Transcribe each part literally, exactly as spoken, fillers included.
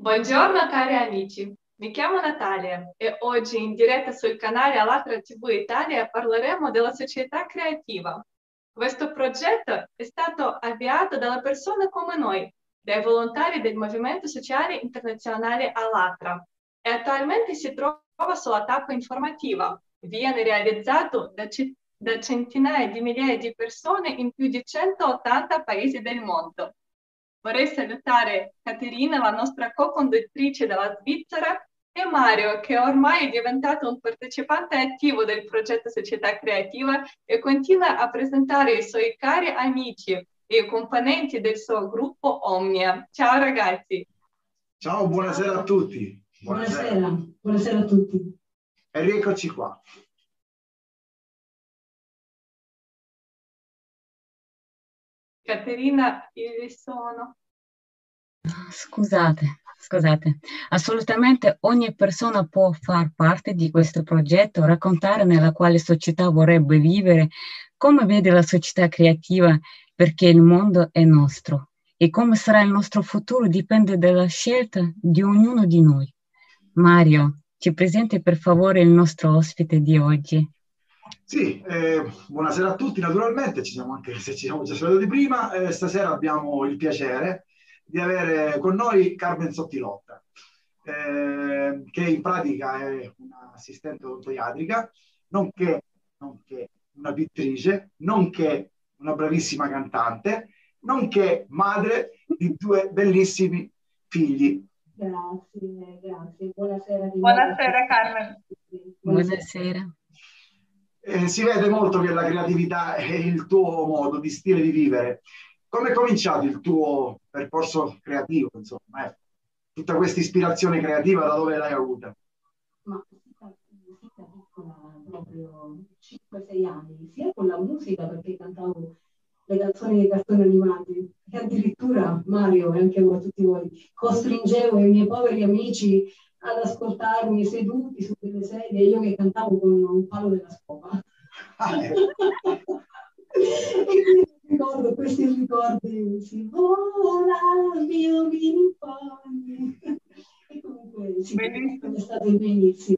Buongiorno cari amici, mi chiamo Natalia e oggi in diretta sul canale Allatra T V Italia parleremo della società creativa. Questo progetto è stato avviato dalle persone come noi, dai volontari del Movimento Sociale Internazionale Allatra e attualmente si trova sulla tappa informativa. Viene realizzato da, da centinaia di migliaia di persone in più di centottanta paesi del mondo. Vorrei salutare Caterina, la nostra co-conduttrice dalla Svizzera, e Mario, che ormai è diventato un partecipante attivo del progetto Società Creativa e continua a presentare i suoi cari amici e i componenti del suo gruppo Omnia. Ciao ragazzi! Ciao, buonasera a tutti! Buonasera, buonasera, buonasera a tutti! E rieccoci qua! Caterina, il suono. Scusate, scusate, assolutamente ogni persona può far parte di questo progetto, raccontare nella quale società vorrebbe vivere, come vede la società creativa, perché il mondo è nostro e come sarà il nostro futuro dipende dalla scelta di ognuno di noi. Mario, ci presenti per favore il nostro ospite di oggi? Sì, eh, buonasera a tutti, naturalmente, ci siamo anche se ci siamo già salutati prima, eh, stasera abbiamo il piacere di avere con noi Carmen Sottilotta, eh, che in pratica è un'assistente odontoiatrica, nonché, nonché una pittrice, nonché una bravissima cantante, nonché madre di due bellissimi figli. Grazie, grazie. Buonasera. Buonasera Carmen. Buonasera. Eh, si vede molto che la creatività è il tuo modo di stile di vivere. Come è cominciato il tuo percorso creativo, insomma? Eh? Tutta questa ispirazione creativa da dove l'hai avuta? Ma da piccola, proprio cinque sei anni, sia con la musica, perché cantavo le canzoni dei cartoni animati, e addirittura Mario e anche voi, tutti voi, costringevo i miei poveri amici ad ascoltarmi seduti su delle sedie, io che cantavo con un palo della scopa. Ah, eh. Ricordo questi ricordi, si vola il mio mini pony. E comunque sì, è stato il mio inizio.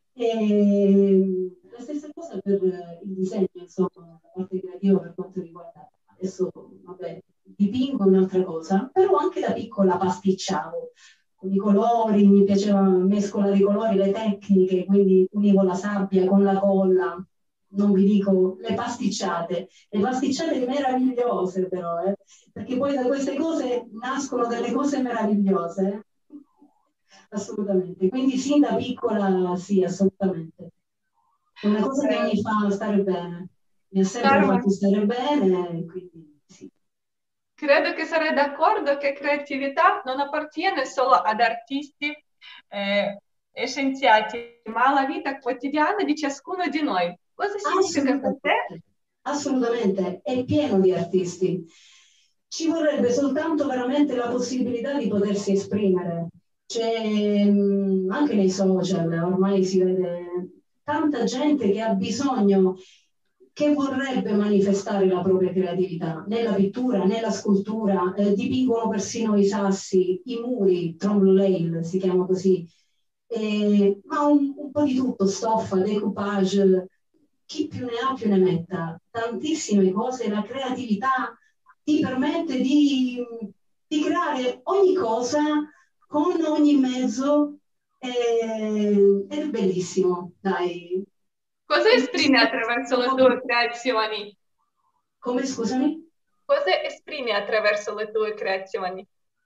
E la stessa cosa per il disegno, insomma, la parte creativa per quanto riguarda adesso, vabbè, dipingo un'altra cosa, però anche da piccola pasticciavo con i colori, mi piaceva mescolare i colori, le tecniche, quindi univo la sabbia con la colla. Non vi dico le pasticciate, le pasticciate meravigliose però, eh? Perché poi da queste cose nascono delle cose meravigliose, eh? Assolutamente, quindi sin da piccola sì, assolutamente. È una cosa che mi fa stare bene, mi ha sempre fatto stare bene, quindi sì. Credo che sarai d'accordo che creatività non appartiene solo ad artisti eh, scienziati, ma alla vita quotidiana di ciascuno di noi. Cosa significa per te? Assolutamente, è pieno di artisti. Ci vorrebbe soltanto veramente la possibilità di potersi esprimere. C'è anche nei social, ormai si vede tanta gente che ha bisogno, che vorrebbe manifestare la propria creatività nella pittura, nella scultura, eh, dipingono persino i sassi, i muri, trompe-l'œil si chiama così, eh, ma un, un po' di tutto, stoffa, decoupage. Chi più ne ha più ne metta, tantissime cose, la creatività ti permette di, di creare ogni cosa con ogni mezzo eh, ed è bellissimo, dai. Cosa esprimi attraverso le tue creazioni? Come, scusami? Cosa esprimi attraverso le tue creazioni?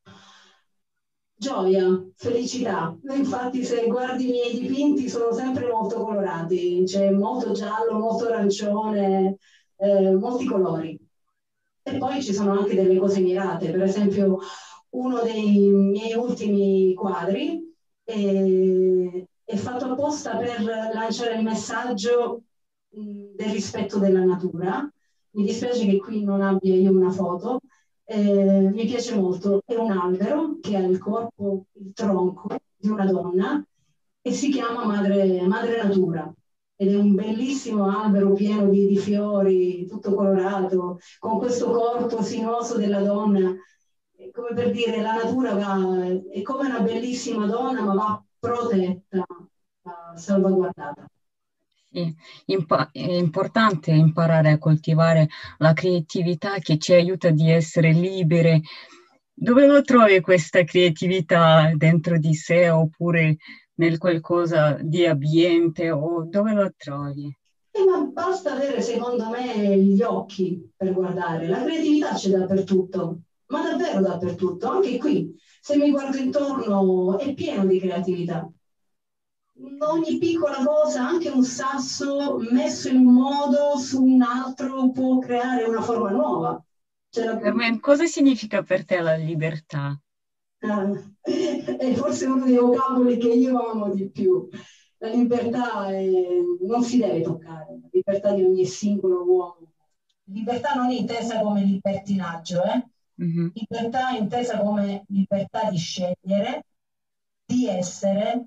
Gioia, felicità. Infatti se guardi i miei dipinti sono sempre molto colorati, c'è molto giallo, molto arancione, eh, molti colori. E poi ci sono anche delle cose mirate, per esempio uno dei miei ultimi quadri è, è fatto apposta per lanciare il messaggio mh, del rispetto della natura. Mi dispiace che qui non abbia io una foto. Eh, mi piace molto, è un albero che ha il corpo, il tronco di una donna e si chiama Madre, Madre Natura ed è un bellissimo albero pieno di, di fiori, tutto colorato, con questo corpo sinuoso della donna è come per dire, la natura va, è come una bellissima donna, ma va protetta, va salvaguardata. Sì, impa- è importante imparare a coltivare la creatività che ci aiuta di essere libere. Dove lo trovi questa creatività dentro di sé oppure nel qualcosa di ambiente o dove lo trovi? Eh, ma basta avere, secondo me, gli occhi per guardare. La creatività c'è dappertutto, ma davvero dappertutto. Anche qui, se mi guardo intorno, è pieno di creatività. Ogni piccola cosa, anche un sasso messo in un modo su un altro, può creare una forma nuova. Cioè, la- Carmen, cosa significa per te la libertà? Ah, è forse uno dei vocaboli che io amo di più. La libertà è- non si deve toccare, la libertà di ogni singolo uomo. Libertà non intesa come libertinaggio, eh? Mhm. Libertà intesa come libertà di scegliere, di essere,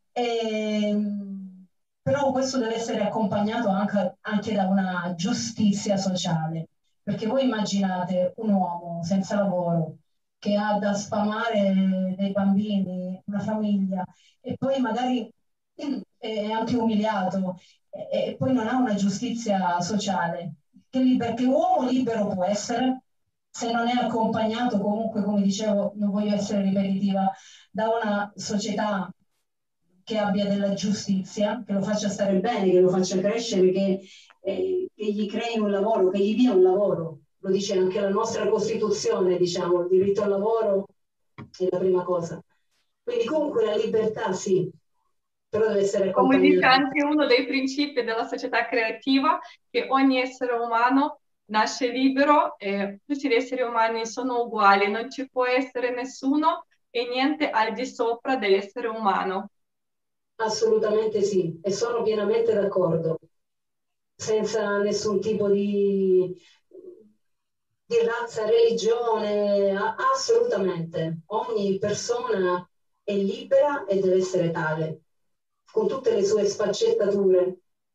e- però questo deve essere accompagnato anche, anche da una giustizia sociale, perché voi immaginate un uomo senza lavoro che ha da sfamare dei bambini, una famiglia, e poi magari è anche umiliato, e, e poi non ha una giustizia sociale. Che, li- perché uomo libero può essere, se non è accompagnato comunque, come dicevo, non voglio essere ripetitiva, da una società che abbia della giustizia, che lo faccia stare bene, che lo faccia crescere, che, eh, che gli crei un lavoro, che gli dia un lavoro. Lo dice anche la nostra Costituzione, diciamo, il diritto al lavoro è la prima cosa. Quindi comunque la libertà sì, però deve essere Come dice accompagnata. anche uno dei principi della società creativa, che ogni essere umano nasce libero e tutti gli esseri umani sono uguali, non ci può essere nessuno e niente al di sopra dell'essere umano. Assolutamente sì, e sono pienamente d'accordo, senza nessun tipo di, di razza, religione, a- assolutamente. Ogni persona è libera e deve essere tale, con tutte le sue sfaccettature.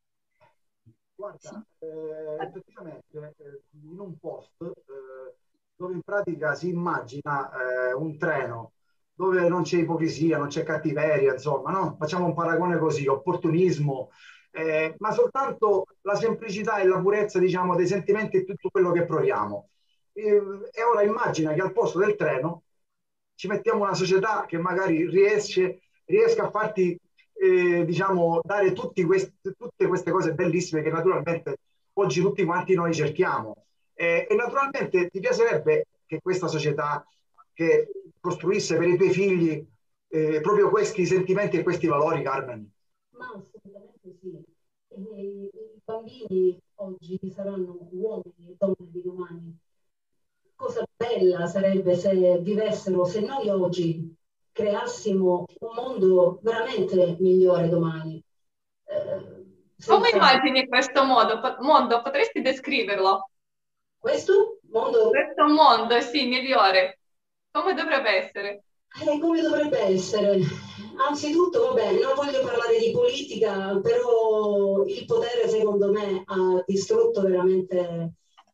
Sì. Guarda, eh, effettivamente eh, in un post eh, dove in pratica si immagina eh, un treno dove non c'è ipocrisia, non c'è cattiveria, insomma, no? Facciamo un paragone così, opportunismo, eh, ma soltanto la semplicità e la purezza, diciamo, dei sentimenti e tutto quello che proviamo. E, e ora immagina che al posto del treno ci mettiamo una società che magari riesce, riesca a farti eh, diciamo, dare tutti questi, tutte queste cose bellissime che naturalmente oggi tutti quanti noi cerchiamo. Eh, e naturalmente ti piacerebbe che questa società che costruisse per i tuoi figli eh, proprio questi sentimenti e questi valori, Carmen? Ma assolutamente sì. E i bambini oggi saranno uomini e donne di domani. Cosa bella sarebbe se vivessero, se noi oggi creassimo un mondo veramente migliore domani. Eh, Come senza immagini questo modo, po- mondo? Potresti descriverlo? questo mondo Questo mondo, sì, migliore. Come dovrebbe essere? eh, come dovrebbe essere? Anzitutto, vabbè, non voglio parlare di politica, però il potere secondo me ha distrutto veramente,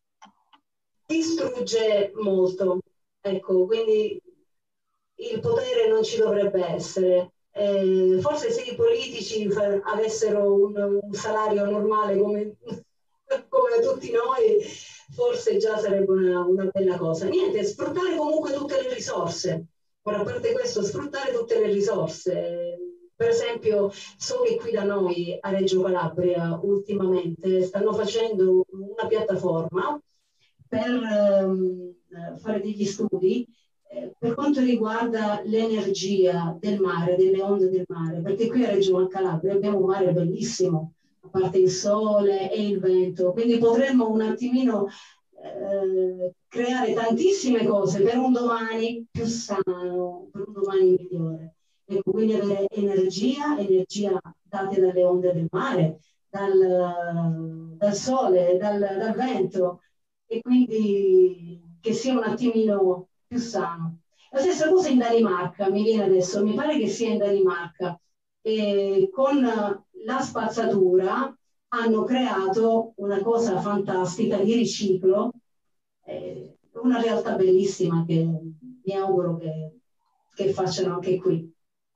distrugge molto. Ecco, quindi il potere non ci dovrebbe essere. Eh, forse se i politici fa- avessero un, un salario normale come, come tutti noi, forse già sarebbe una, una bella cosa. Niente, sfruttare comunque tutte le risorse. Ora, a parte questo, sfruttare tutte le risorse. Per esempio, so che qui da noi a Reggio Calabria ultimamente stanno facendo una piattaforma per ehm, fare degli studi eh, per quanto riguarda l'energia del mare, delle onde del mare, perché qui a Reggio Calabria abbiamo un mare bellissimo, a parte il sole e il vento, quindi potremmo un attimino eh, creare tantissime cose per un domani più sano, per un domani migliore. Ecco, quindi avere energia, energia data dalle onde del mare, dal, dal sole, dal, dal vento, e quindi che sia un attimino più sano. La stessa cosa in Danimarca, mi viene adesso, mi pare che sia in Danimarca, e con la spazzatura hanno creato una cosa fantastica di riciclo, eh, una realtà bellissima che mi auguro che, che facciano anche qui.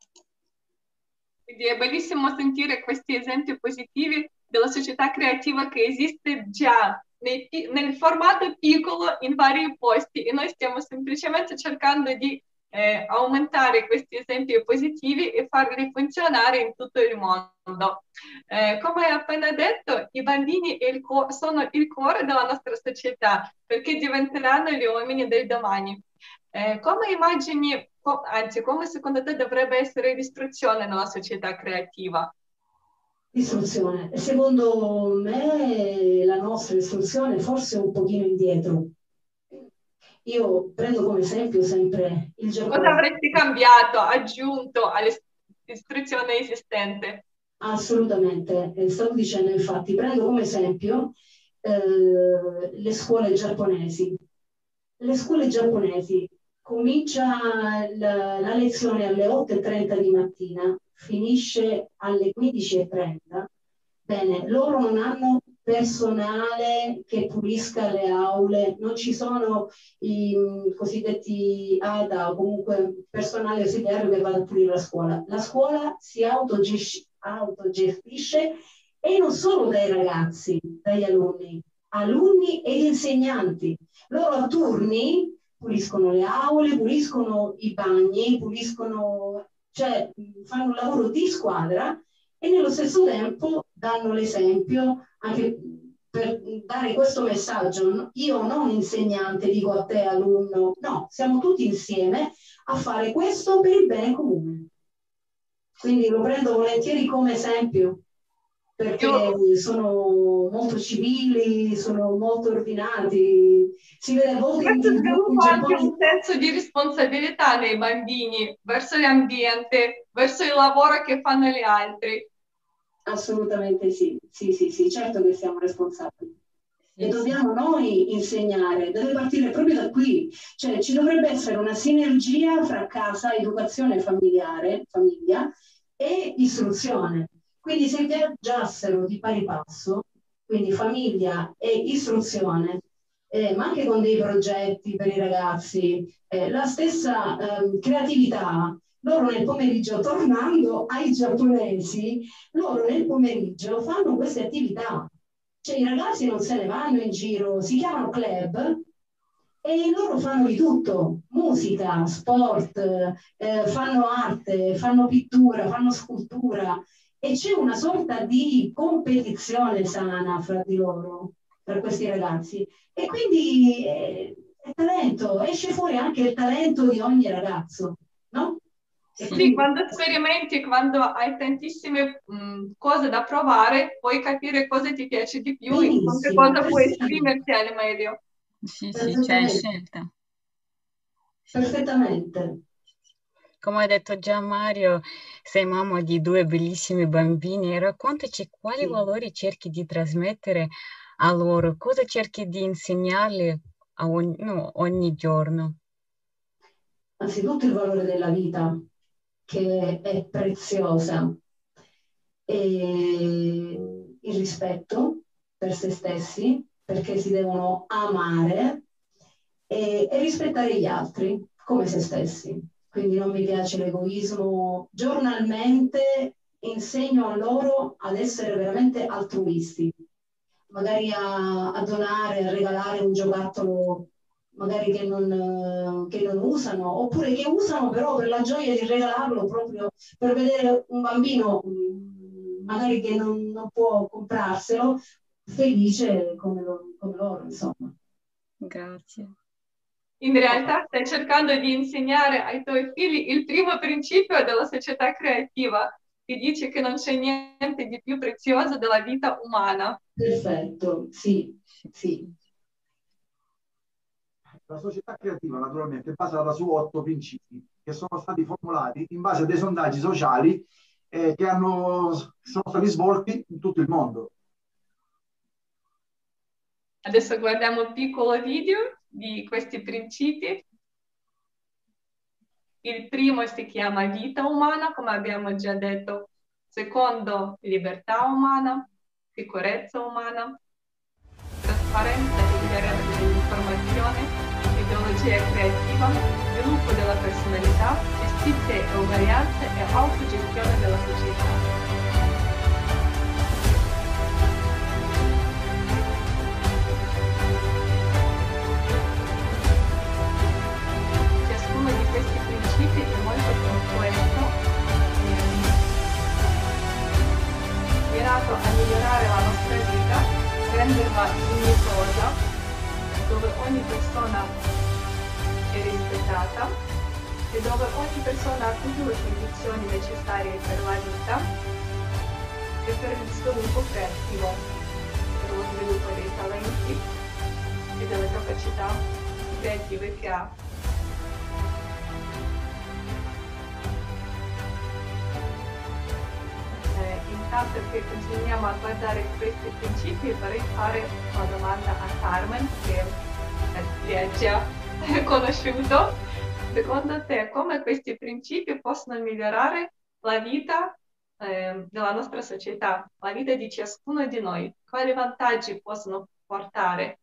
Quindi è bellissimo sentire questi esempi positivi della società creativa che esiste già nei, nel formato piccolo in vari posti e noi stiamo semplicemente cercando di eh, aumentare questi esempi positivi e farli funzionare in tutto il mondo. Eh, come hai appena detto, i bambini il sono il cuore della nostra società perché diventeranno gli uomini del domani. Eh, come immagini, co anzi, come secondo te dovrebbe essere l'istruzione nella società creativa? Istruzione. Secondo me la nostra istruzione forse è un pochino indietro. Io prendo come esempio sempre il Giappone. Cosa avresti cambiato, aggiunto all'istruzione esistente? Assolutamente, eh, stavo dicendo infatti, prendo come esempio eh, le scuole giapponesi. Le scuole giapponesi comincia la, la lezione alle otto e trenta di mattina, finisce alle quindici e trenta. Bene, loro non hanno personale che pulisca le aule, non ci sono i mh, cosiddetti A D A o comunque personale ausiliario che vada a pulire la scuola. La scuola si autogestisce, autogestisce e non solo dai ragazzi, dagli alunni, alunni e insegnanti. Loro a turni puliscono le aule, puliscono i bagni, puliscono, cioè fanno un lavoro di squadra e nello stesso tempo danno l'esempio anche per dare questo messaggio. Io non insegnante dico a te alunno, no, siamo tutti insieme a fare questo per il bene comune. Quindi lo prendo volentieri come esempio perché Io... sono molto civili, sono molto ordinati, si vede molto in Questo sviluppa anche un senso di responsabilità nei bambini verso l'ambiente, verso il lavoro che fanno gli altri. Assolutamente sì, sì, sì, sì, certo che siamo responsabili. E dobbiamo noi insegnare, deve partire proprio da qui, cioè ci dovrebbe essere una sinergia fra casa, educazione familiare, famiglia e istruzione. Quindi se viaggiassero di pari passo, quindi famiglia e istruzione, eh, ma anche con dei progetti per i ragazzi, eh, la stessa eh, creatività, loro nel pomeriggio, tornando ai giapponesi, loro nel pomeriggio fanno queste attività. Cioè i ragazzi non se ne vanno in giro, si chiamano club e loro fanno di tutto, musica, sport, eh, fanno arte, fanno pittura, fanno scultura e c'è una sorta di competizione sana fra di loro, tra questi ragazzi. E quindi eh, è talento, esce fuori anche il talento di ogni ragazzo, no? Sì, quindi... quando sperimenti, quando hai tantissime mh, cose da provare, puoi capire cosa ti piace di più e con che cosa puoi esprimerti al meglio. Sì, sì, c'è scelta. Perfettamente. Come hai detto già Mario, sei mamma di due bellissimi bambini. Raccontaci quali sì. valori cerchi di trasmettere a loro, cosa cerchi di insegnarli a ogni, no, ogni giorno? Anzitutto il valore della vita, che è preziosa, e il rispetto per se stessi, perché si devono amare e, e rispettare gli altri come se stessi. Quindi non mi piace l'egoismo. Giornalmente insegno a loro ad essere veramente altruisti, magari a, a donare, a regalare un giocattolo magari che non, che non usano, oppure che usano però per la gioia di regalarlo proprio per vedere un bambino magari che non, non può comprarselo, felice come, lo, come loro, insomma. Grazie. In realtà stai cercando di insegnare ai tuoi figli il primo principio della società creativa, che dice che non c'è niente di più prezioso della vita umana. Perfetto, sì, sì. La società creativa naturalmente è basata su otto principi che sono stati formulati in base a dei sondaggi sociali eh, che hanno, sono stati svolti in tutto il mondo. Adesso guardiamo un piccolo video di questi principi. Il primo si chiama vita umana, come abbiamo già detto. Secondo, libertà umana, sicurezza umana, trasparenza e chiarezza dell'informazione e ideologia creativa, sviluppo della personalità, giustizia e uguaglianza e autogestione della società. Ciascuno di questi principi è molto complesso, mirato a migliorare la nostra vita, renderla dignitosa, dove ogni persona è rispettata e dove ogni persona ha tutte le condizioni necessarie per la vita e per il sviluppo creativo, per lo sviluppo dei talenti e delle capacità creative che ha. Intanto che continuiamo a guardare questi principi, vorrei fare una domanda a Carmen, che li ha già conosciuto. Secondo te, come questi principi possono migliorare la vita eh, della nostra società, la vita di ciascuno di noi? Quali vantaggi possono portare?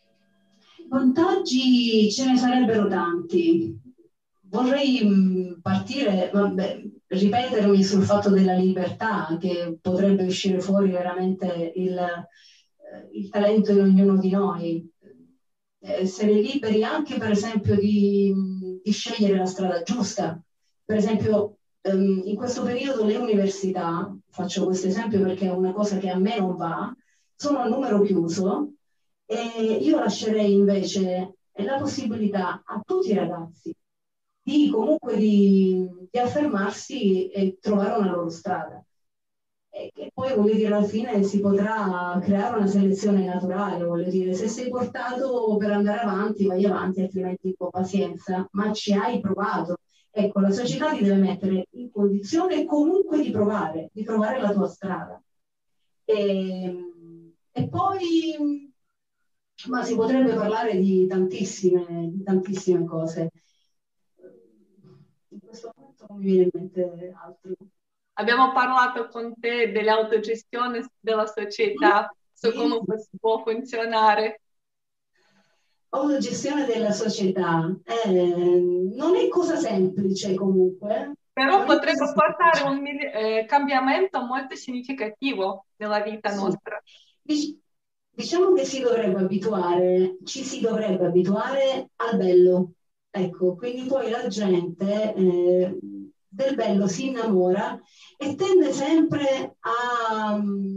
Vantaggi ce ne sarebbero tanti. Vorrei partire, vabbè, ripetermi sul fatto della libertà, che potrebbe uscire fuori veramente il, il talento di ognuno di noi. Essere liberi anche, per esempio, di, di scegliere la strada giusta. Per esempio, in questo periodo le università, faccio questo esempio perché è una cosa che a me non va, sono a numero chiuso e io lascerei invece la possibilità a tutti i ragazzi di comunque di, di affermarsi e trovare una loro strada. E che poi, voglio dire, alla fine si potrà creare una selezione naturale, voglio dire, se sei portato per andare avanti, vai avanti, altrimenti un po' pazienza, ma ci hai provato. Ecco, la società ti deve mettere in condizione comunque di provare, di trovare la tua strada. E, e poi, ma si potrebbe parlare di tantissime, di tantissime cose. In questo momento non mi viene in mente altro. Abbiamo parlato con te dell'autogestione della società, su come può funzionare. Autogestione della società eh, non è cosa semplice comunque. Però potrebbe portare un eh, cambiamento molto significativo nella vita sì. nostra. Dic- diciamo che si dovrebbe abituare, ci si dovrebbe abituare al bello. Ecco, quindi poi la gente eh, del bello si innamora e tende sempre a,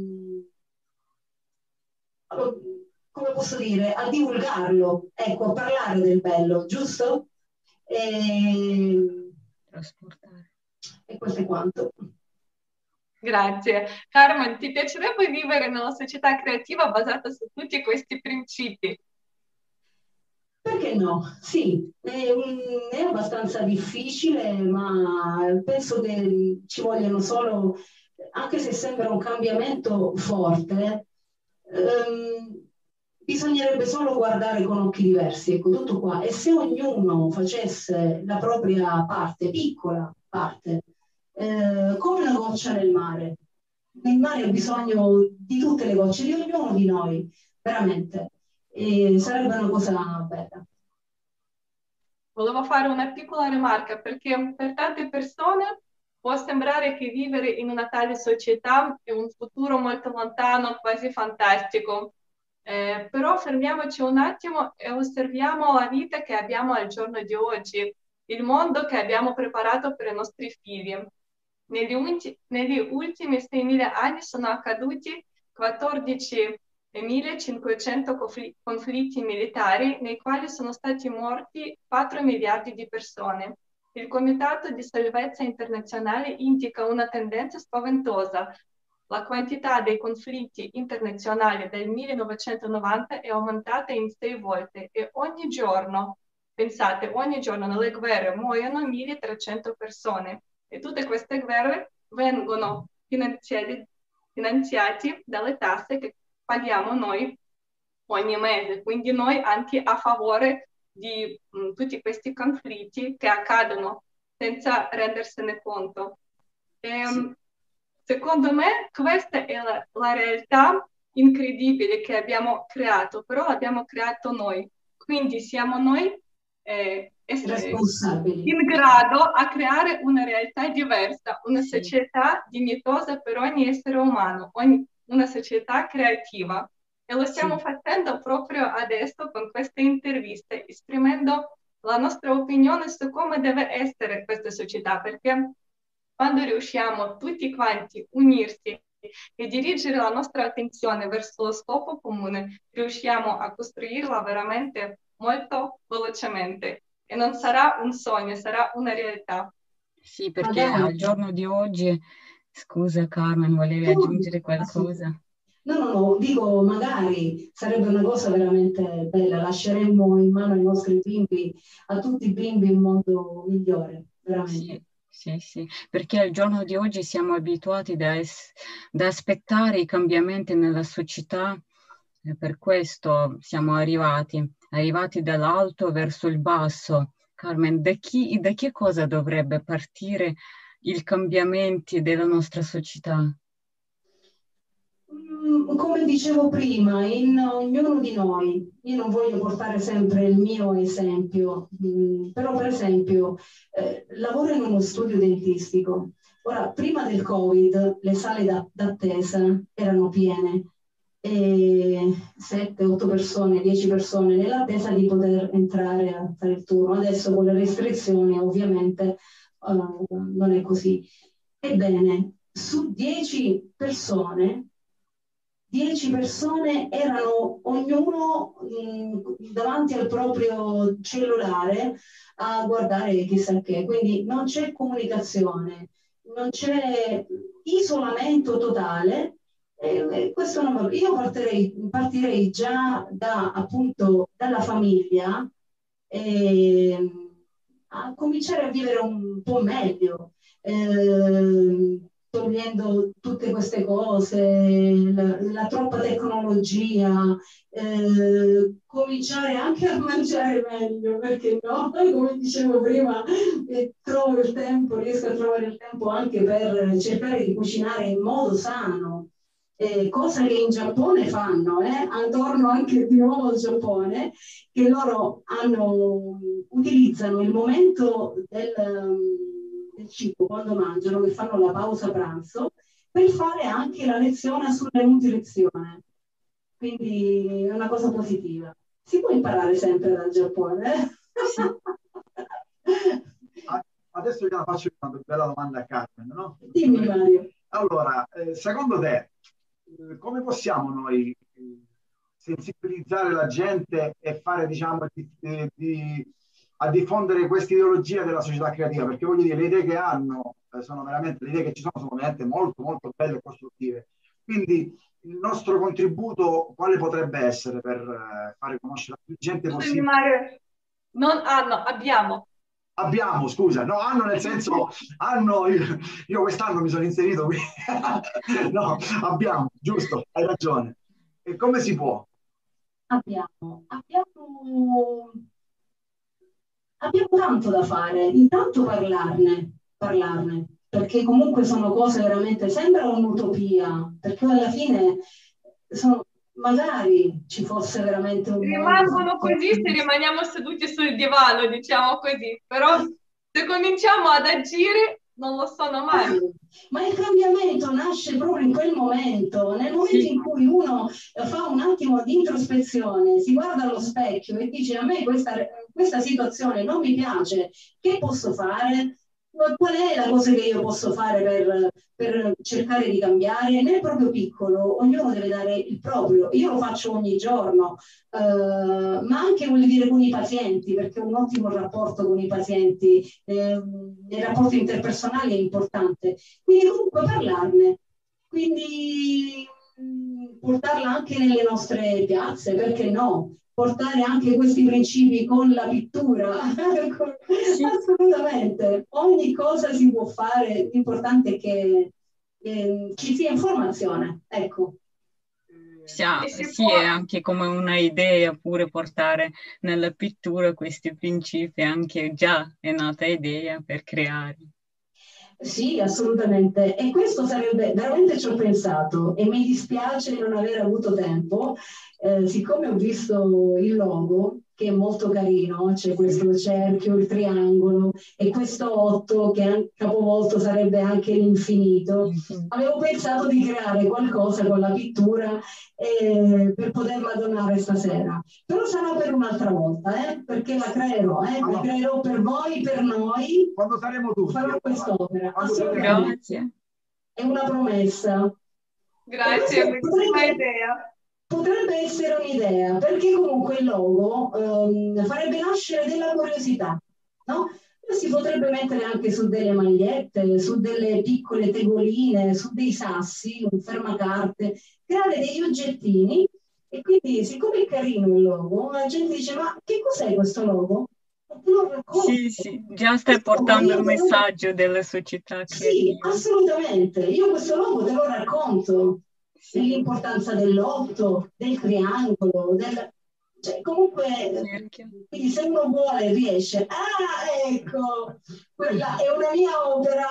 a, come posso dire, a divulgarlo, ecco, a parlare del bello, giusto? E, Trasportare. e questo è quanto. Grazie. Carmen, ti piacerebbe vivere in una società creativa basata su tutti questi principi? Perché no? Sì, è, è abbastanza difficile, ma penso che ci vogliono solo, anche se sembra un cambiamento forte, ehm, bisognerebbe solo guardare con occhi diversi, ecco, tutto qua. E se ognuno facesse la propria parte, piccola parte, eh, come una goccia nel mare. Nel mare ha bisogno di tutte le gocce, di ognuno di noi, veramente. E sarebbe una cosa bella. Volevo fare una piccola rimarca, perché per tante persone può sembrare che vivere in una tale società è un futuro molto lontano, quasi fantastico. Eh, però fermiamoci un attimo e osserviamo la vita che abbiamo al giorno di oggi, il mondo che abbiamo preparato per i nostri figli. Negli, ulti- negli ultimi seimila anni sono accaduti quattordicimilacinquecento conflitti militari nei quali sono stati morti quattro miliardi di persone. Il Comitato di Salvezza Internazionale indica una tendenza spaventosa. La quantità dei conflitti internazionali dal millenovecentonovanta è aumentata in sei volte e ogni giorno, pensate, ogni giorno nelle guerre muoiono milletrecento persone. E tutte queste guerre vengono finanziate, finanziate dalle tasse che paghiamo noi ogni mese. Quindi noi anche a favore di mh, tutti questi conflitti che accadono senza rendersene conto. E, sì. Secondo me questa è la, la realtà incredibile che abbiamo creato, però l'abbiamo creato noi. Quindi siamo noi eh, essere responsabili. in grado a creare una realtà diversa, una Sì. società dignitosa per ogni essere umano, ogni- una società creativa. E lo stiamo Sì. facendo proprio adesso con queste interviste, esprimendo la nostra opinione su come deve essere questa società, perché quando riusciamo tutti quanti unirsi e dirigere la nostra attenzione verso lo scopo comune, riusciamo a costruirla veramente molto velocemente. E non sarà un sogno, sarà una realtà. Sì, perché Magari al giorno di oggi, scusa Carmen, volevi tu, aggiungere qualcosa? no, no, no, dico magari sarebbe una cosa veramente bella, lasceremmo in mano ai nostri bimbi, a tutti i bimbi un mondo migliore, veramente. Sì, sì, sì, perché al giorno di oggi siamo abituati da, es- da aspettare i cambiamenti nella società, e per questo siamo arrivati, arrivati dall'alto verso il basso. Carmen, da chi, da che cosa dovrebbe partire il cambiamento della nostra società? Mm, Come dicevo prima, in ognuno di noi, io non voglio portare sempre il mio esempio, mm, però per esempio eh, lavoro in uno studio dentistico. Ora, prima del Covid le sale da- d'attesa erano piene, e sette, otto persone, dieci persone nell'attesa di poter entrare a fare il turno. Adesso con le restrizioni ovviamente eh, non è così. Ebbene, su dieci persone, dieci persone erano ognuno mh, davanti al proprio cellulare a guardare chissà che, quindi non c'è comunicazione, non c'è isolamento totale. E, e questo non va- io partirei, partirei già da, appunto, dalla famiglia e, a cominciare a vivere un po' meglio. Eh, togliendo tutte queste cose, la, la troppa tecnologia, eh, cominciare anche a mangiare meglio, perché no? Come dicevo prima, eh, trovo il tempo, riesco a trovare il tempo anche per cercare di cucinare in modo sano. Eh, cosa che in Giappone fanno, eh? Torno anche di nuovo al Giappone, che loro hanno, utilizzano il momento del, del cibo quando mangiano, che fanno la pausa pranzo, per fare anche la lezione sulla nutrizione. Quindi è una cosa positiva. Si può imparare sempre dal Giappone, eh? Sì. Adesso gliela faccio una bella domanda a Carmen, no? Dimmi Mario. Allora, eh, secondo te, eh, come possiamo noi eh, sensibilizzare la gente e fare, diciamo, di, di, di, a diffondere questa ideologia della società creativa? Perché voglio dire, le idee che hanno eh, sono veramente, le idee che ci sono sono veramente molto, molto belle e costruttive. Quindi il nostro contributo quale potrebbe essere per eh, fare conoscere a più gente possibile? Mario, non hanno, abbiamo. Abbiamo, scusa, no, hanno nel senso, hanno, io, io quest'anno mi sono inserito qui, no, abbiamo, giusto, hai ragione. E come si può? Abbiamo, abbiamo, abbiamo tanto da fare, intanto parlarne, parlarne, perché comunque sono cose veramente, sembra un'utopia, perché alla fine sono, magari ci fosse veramente un rimangono così se rimaniamo seduti sul divano, diciamo così, però se cominciamo ad agire non lo sono mai. Ma il cambiamento nasce proprio in quel momento, nel momento in cui uno fa un attimo di introspezione, si guarda allo specchio e dice a me questa, questa situazione non mi piace, che posso fare? Qual è la cosa che io posso fare per, per cercare di cambiare? Nel proprio piccolo, ognuno deve dare il proprio. Io lo faccio ogni giorno, eh, ma anche vuol dire con i pazienti, perché un ottimo rapporto con i pazienti, eh, il rapporto interpersonale è importante. Quindi comunque parlarne. Quindi mh, portarla anche nelle nostre piazze, perché no? Portare anche questi principi con la pittura. Sì. Assolutamente, ogni cosa si può fare, l'importante è che eh, ci sia informazione, ecco. Sì, sì, è anche come una idea pure portare nella pittura questi principi, anche già è nata idea per creare. Sì, assolutamente. E questo sarebbe, veramente ci ho pensato e mi dispiace non aver avuto tempo, eh, siccome ho visto il logo, che è molto carino, c'è questo cerchio, il triangolo e questo otto che capovolto sarebbe anche l'infinito. Avevo pensato di creare qualcosa con la pittura eh, per poterla donare stasera, però sarà per un'altra volta, eh, perché la creerò, eh, la creerò per voi, per noi. Quando saremo tutti. Farò quest'opera, assolutamente. Grazie. È una promessa. Grazie, bellissima idea. Potrebbe essere un'idea, perché comunque il logo um, farebbe nascere della curiosità, no? Lo si potrebbe mettere anche su delle magliette, su delle piccole tegoline, su dei sassi, un fermacarte, creare degli oggettini e quindi siccome è carino il logo, la gente dice ma che cos'è questo logo? Te lo racconto. Sì, sì, già stai portando il messaggio della società creativa. Sì, assolutamente. Io questo logo te lo racconto. Dell'importanza dell'otto, del triangolo, del... cioè comunque, quindi se uno vuole riesce, ah ecco, quella è una mia opera.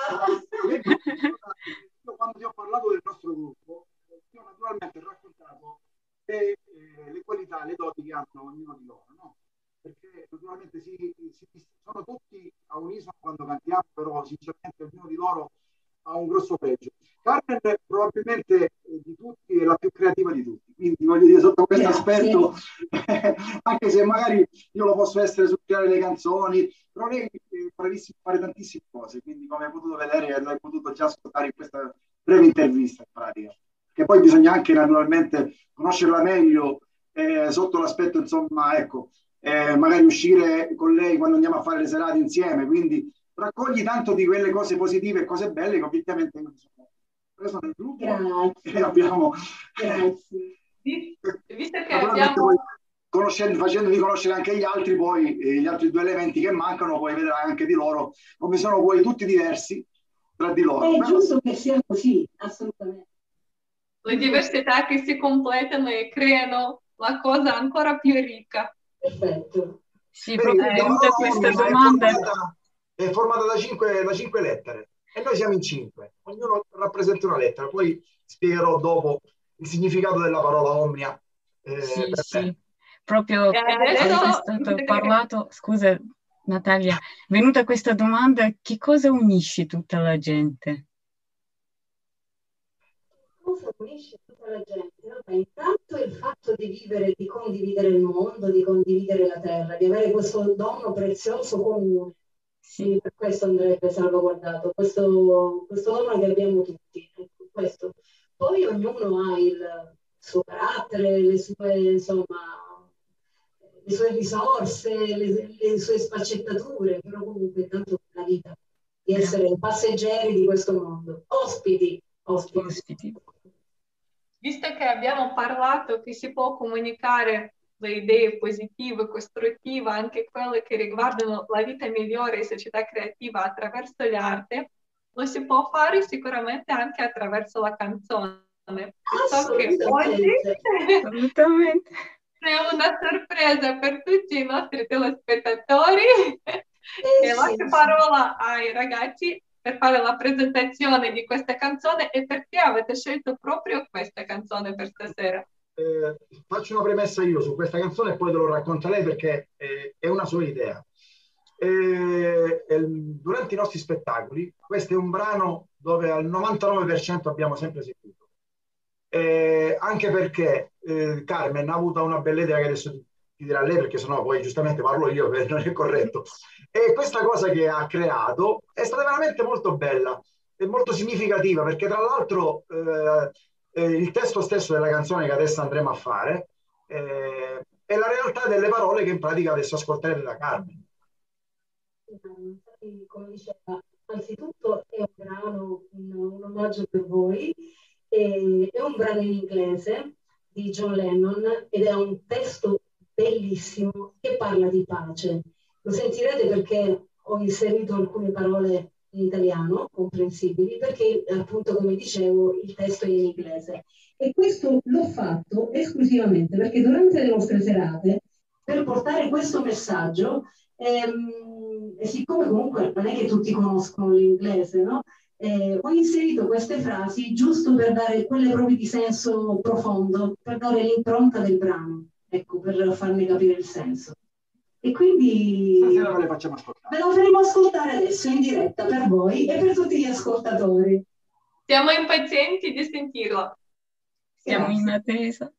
Io quando ti ho parlato del nostro gruppo, ti ho naturalmente raccontato le, eh, le qualità, le doti che hanno ognuno di loro, no? Perché naturalmente si, si, sono tutti a unisono quando cantiamo, però sinceramente ognuno di loro ha un grosso pregio. Carmen probabilmente eh, di tutti è la più creativa di tutti, quindi voglio dire sotto questo aspetto, eh, anche se magari io lo posso essere su creare le canzoni, però lei è bravissima a fare tantissime cose, quindi come hai potuto vedere e l'hai potuto già ascoltare in questa breve intervista in pratica, che poi bisogna anche naturalmente conoscerla meglio eh, sotto l'aspetto insomma ecco, eh, magari uscire con lei quando andiamo a fare le serate insieme, quindi raccogli tanto di quelle cose positive e cose belle che ovviamente io sono preso nel gruppo. Grazie. E abbiamo Grazie. Visto che abbiamo conoscendo, facendovi conoscere anche gli altri, poi eh, gli altri due elementi che mancano, poi vedrai anche di loro come sono poi tutti diversi tra di loro. È Però... giusto che sia così, assolutamente. Le diversità che si completano e creano la cosa ancora più ricca. Perfetto. Sì, proprio è venuta questa domanda. È formata, è formata da cinque, da cinque lettere e noi siamo in cinque, ognuno rappresenta una lettera, poi spiegherò dopo il significato della parola omnia. Eh, sì, sì, proprio e adesso è stato parlato, scusa Natalia, è venuta questa domanda, che cosa unisce tutta la gente? Cosa unisce tutta la gente? Vabbè, intanto il fatto di vivere, di condividere il mondo, di condividere la terra, di avere questo dono prezioso comune. Sì, per questo andrebbe salvaguardato, questo, questo dono che abbiamo tutti. Ecco, questo. Poi ognuno ha il suo carattere, le sue, insomma, le sue risorse, le, le sue sfaccettature, però comunque tanto la vita, di essere passeggeri di questo mondo, ospiti, ospiti. ospiti. Visto che abbiamo parlato che si può comunicare le idee positive, costruttive, anche quelle che riguardano la vita migliore e società creativa attraverso l'arte, lo si può fare sicuramente anche attraverso la canzone. So che oggi assolutamente è una sorpresa per tutti i nostri telespettatori eh, e sì, lascio sì. parola ai ragazzi per fare la presentazione di questa canzone e perché avete scelto proprio questa canzone per stasera. Eh, faccio una premessa io su questa canzone e poi te lo racconta lei perché eh, è una sua idea. Eh, eh, durante i nostri spettacoli questo è un brano dove al novantanove per cento abbiamo sempre seguito, eh, anche perché eh, Carmen ha avuto una bella idea che adesso ti, ti dirà lei perché sennò poi giustamente parlo io perché non è corretto, e questa cosa che ha creato è stata veramente molto bella e molto significativa perché tra l'altro eh, Eh, il testo stesso della canzone che adesso andremo a fare eh, è la realtà delle parole che in pratica adesso ascolterete da Carmen. Come diceva, anzitutto è un brano, un, un omaggio per voi, e, è un brano in inglese di John Lennon ed è un testo bellissimo che parla di pace. Lo sentirete perché ho inserito alcune parole in italiano, comprensibili, perché appunto come dicevo il testo è in inglese e questo l'ho fatto esclusivamente perché durante le nostre serate per portare questo messaggio ehm, e siccome comunque non è che tutti conoscono l'inglese, no? Eh, ho inserito queste frasi giusto per dare quelle prove di senso profondo, per dare l'impronta del brano, ecco, per farmi capire il senso. E quindi stasera ve le facciamo ascoltare. ve lo faremo ascoltare adesso in diretta per voi e per tutti gli ascoltatori. Siamo impazienti di sentirlo. Siamo Grazie. in attesa.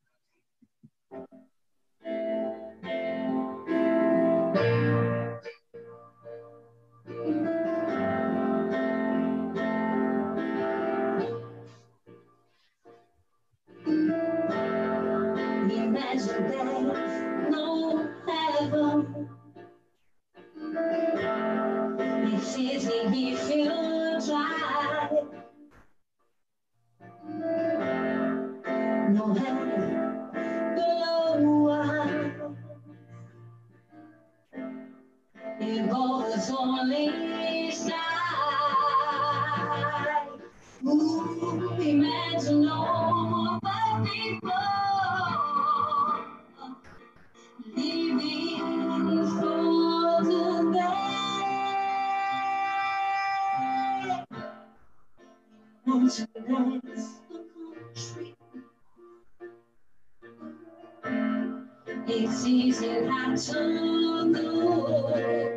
Imagine there's no heaven. It's easy if you try. No heaven below us. It goes only sky. Ooh, imagine all the people living for today. Imagine there's a country. It's easy not to do.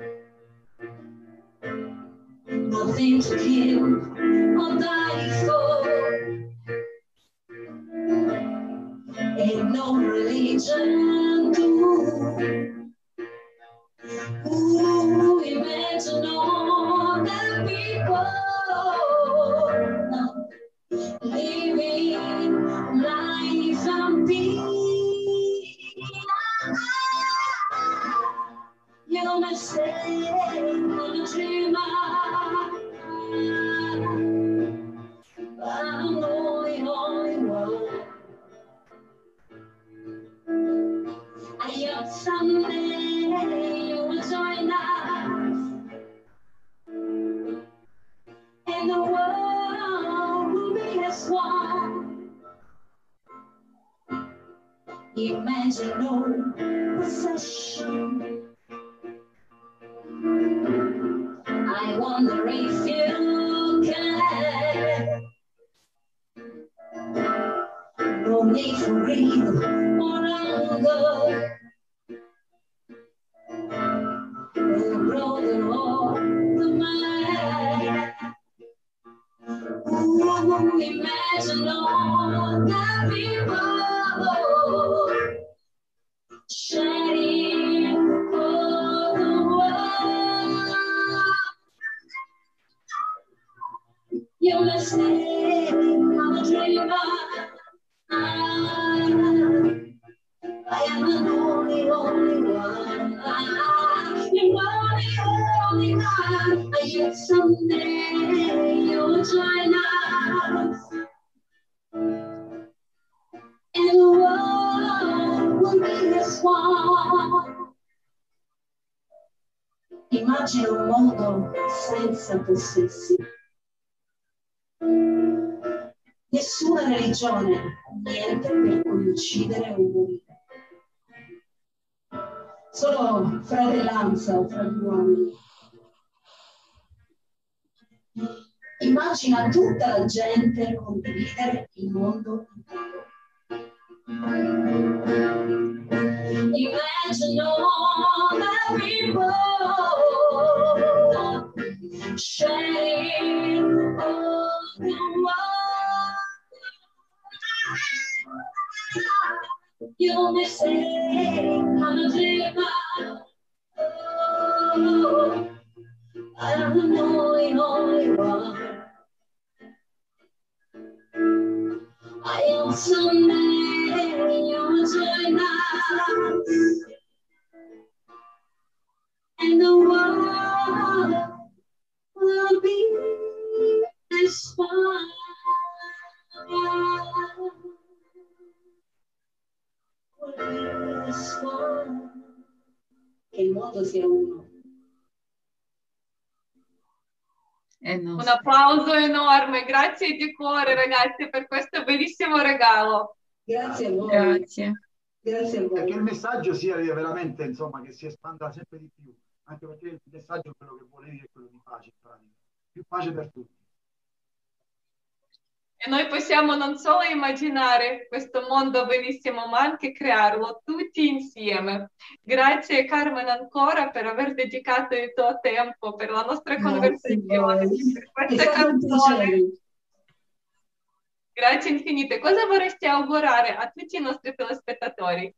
Nothing to kill or die for. Ain't no religion too. Ooh, imagine all the people living life and peace. You may say I'm a dreamer, but I'm only, only one. I hope someday you will join us, and the world will be as one. Imagine no possession. I wonder if you can. No need for greed or anger. The brother or the man. Ooh, imagine all the people shining for the world. You may say I'm a dreamer. I, I am the only, only one. I'm the only, only one. I hope someday you'll join us, and the world will be as one. Immagina un mondo senza possessi. Nessuna religione, niente per cui uccidere o morire. Solo fratellanza fra gli uomini. Immagina tutta la gente condividere il mondo intero. Imagine all the people sharing all the world. You may say I'm a dreamer. Oh, I am the only, only one. I am someday you'll join us, and the world will be as one. Che il mondo sia uno. Un applauso enorme, grazie di cuore ragazzi per questo bellissimo regalo. Grazie a voi. Grazie. Grazie a voi. Perché il messaggio sia veramente, insomma, che si espanda sempre di più, anche perché il messaggio quello che vuole dire è quello di pace in pratica, più pace per tutti. E noi possiamo non solo immaginare questo mondo benissimo, ma anche crearlo tutti insieme. Grazie Carmen ancora per aver dedicato il tuo tempo per la nostra Grazie conversazione, per questa È stato un canzone. piacere. Grazie infinite. Cosa vorresti augurare a tutti i nostri telespettatori?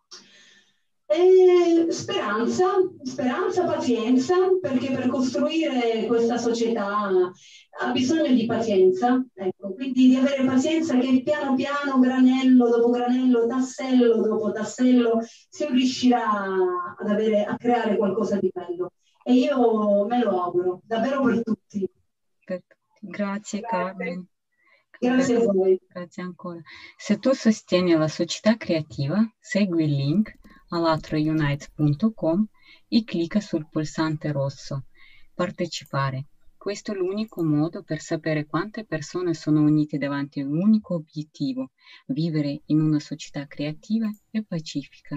E speranza, speranza, pazienza, perché per costruire questa società ha bisogno di pazienza, ecco, quindi di avere pazienza che piano piano, granello dopo granello, tassello dopo tassello, si riuscirà ad avere, a creare qualcosa di bello. E io me lo auguro, davvero per tutti. Per tutti. Grazie, Grazie. Carmen. Grazie a voi. Grazie ancora. Se tu sostieni la società creativa, segui il link alatra unite punto com e clicca sul pulsante rosso partecipare. Questo è l'unico modo per sapere quante persone sono unite davanti a un unico obiettivo, vivere in una società creativa e pacifica.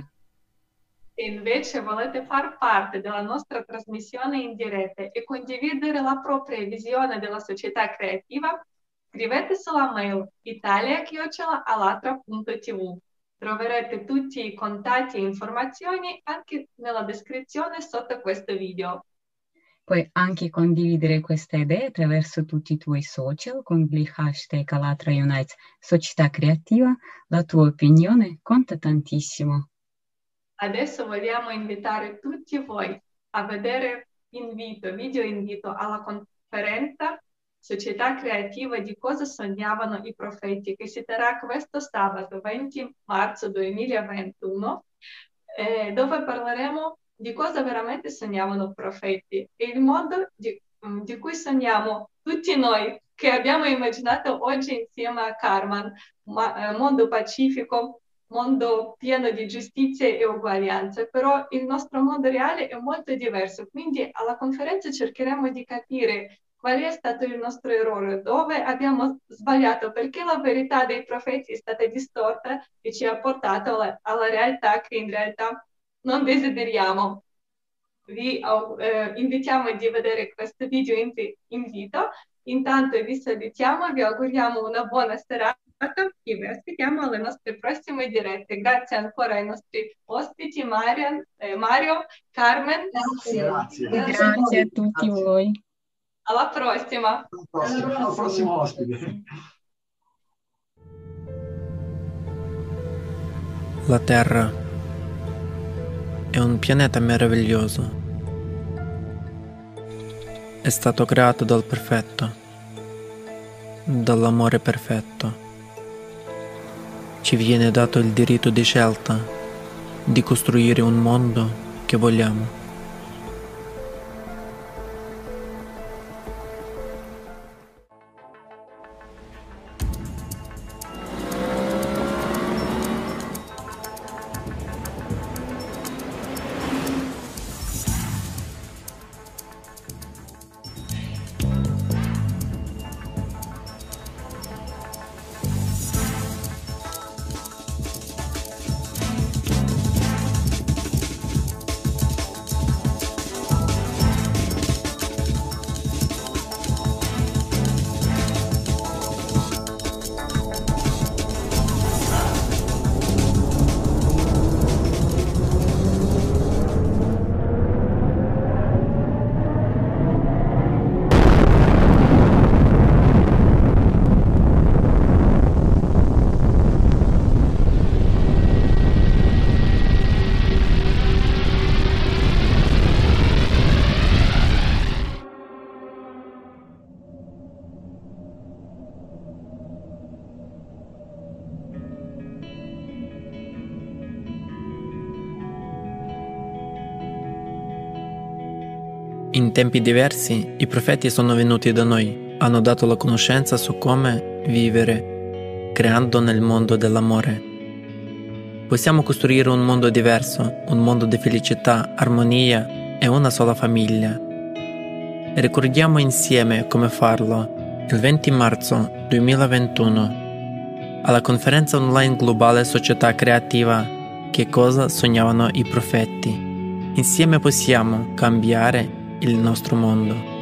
Se invece volete far parte della nostra trasmissione in diretta e condividere la propria visione della società creativa, scrivete sulla mail italia chiocciola alatra punto tv. Troverete tutti i contatti e informazioni anche nella descrizione sotto questo video. Puoi anche condividere queste idee attraverso tutti i tuoi social con gli hashtag Alatra Unite Società Creativa. La tua opinione conta tantissimo. Adesso vogliamo invitare tutti voi a vedere invito, video invito alla conferenza Società Creativa di cosa sognavano i profeti, che si terrà questo sabato venti marzo duemilaventuno, eh, dove parleremo di cosa veramente sognavano i profeti e il modo di, di cui sogniamo tutti noi, che abbiamo immaginato oggi insieme a Carmen, ma, eh, mondo pacifico, mondo pieno di giustizia e uguaglianza, però il nostro mondo reale è molto diverso, quindi alla conferenza cercheremo di capire qual è stato il nostro errore, dove abbiamo sbagliato, perché la verità dei profeti è stata distorta e ci ha portato alla, alla realtà che in realtà non desideriamo. Vi eh, invitiamo a vedere questo video invito. Intanto vi salutiamo, vi auguriamo una buona serata e vi aspettiamo alle nostre prossime dirette. Grazie ancora ai nostri ospiti, Marian, eh, Mario, Carmen. Grazie. Grazie. Grazie, Grazie a tutti Grazie. voi. Alla prossima. Al prossimo, al prossimo ospite. La Terra è un pianeta meraviglioso. È stato creato dal perfetto, dall'amore perfetto. Ci viene dato il diritto di scelta di costruire un mondo che vogliamo. In tempi diversi i profeti sono venuti da noi, hanno dato la conoscenza su come vivere, creando nel mondo dell'amore. Possiamo costruire un mondo diverso, un mondo di felicità, armonia e una sola famiglia. Ricordiamo insieme come farlo il venti marzo duemilaventuno alla conferenza online globale Società Creativa Che cosa sognavano i profeti. Insieme possiamo cambiare il nostro mondo.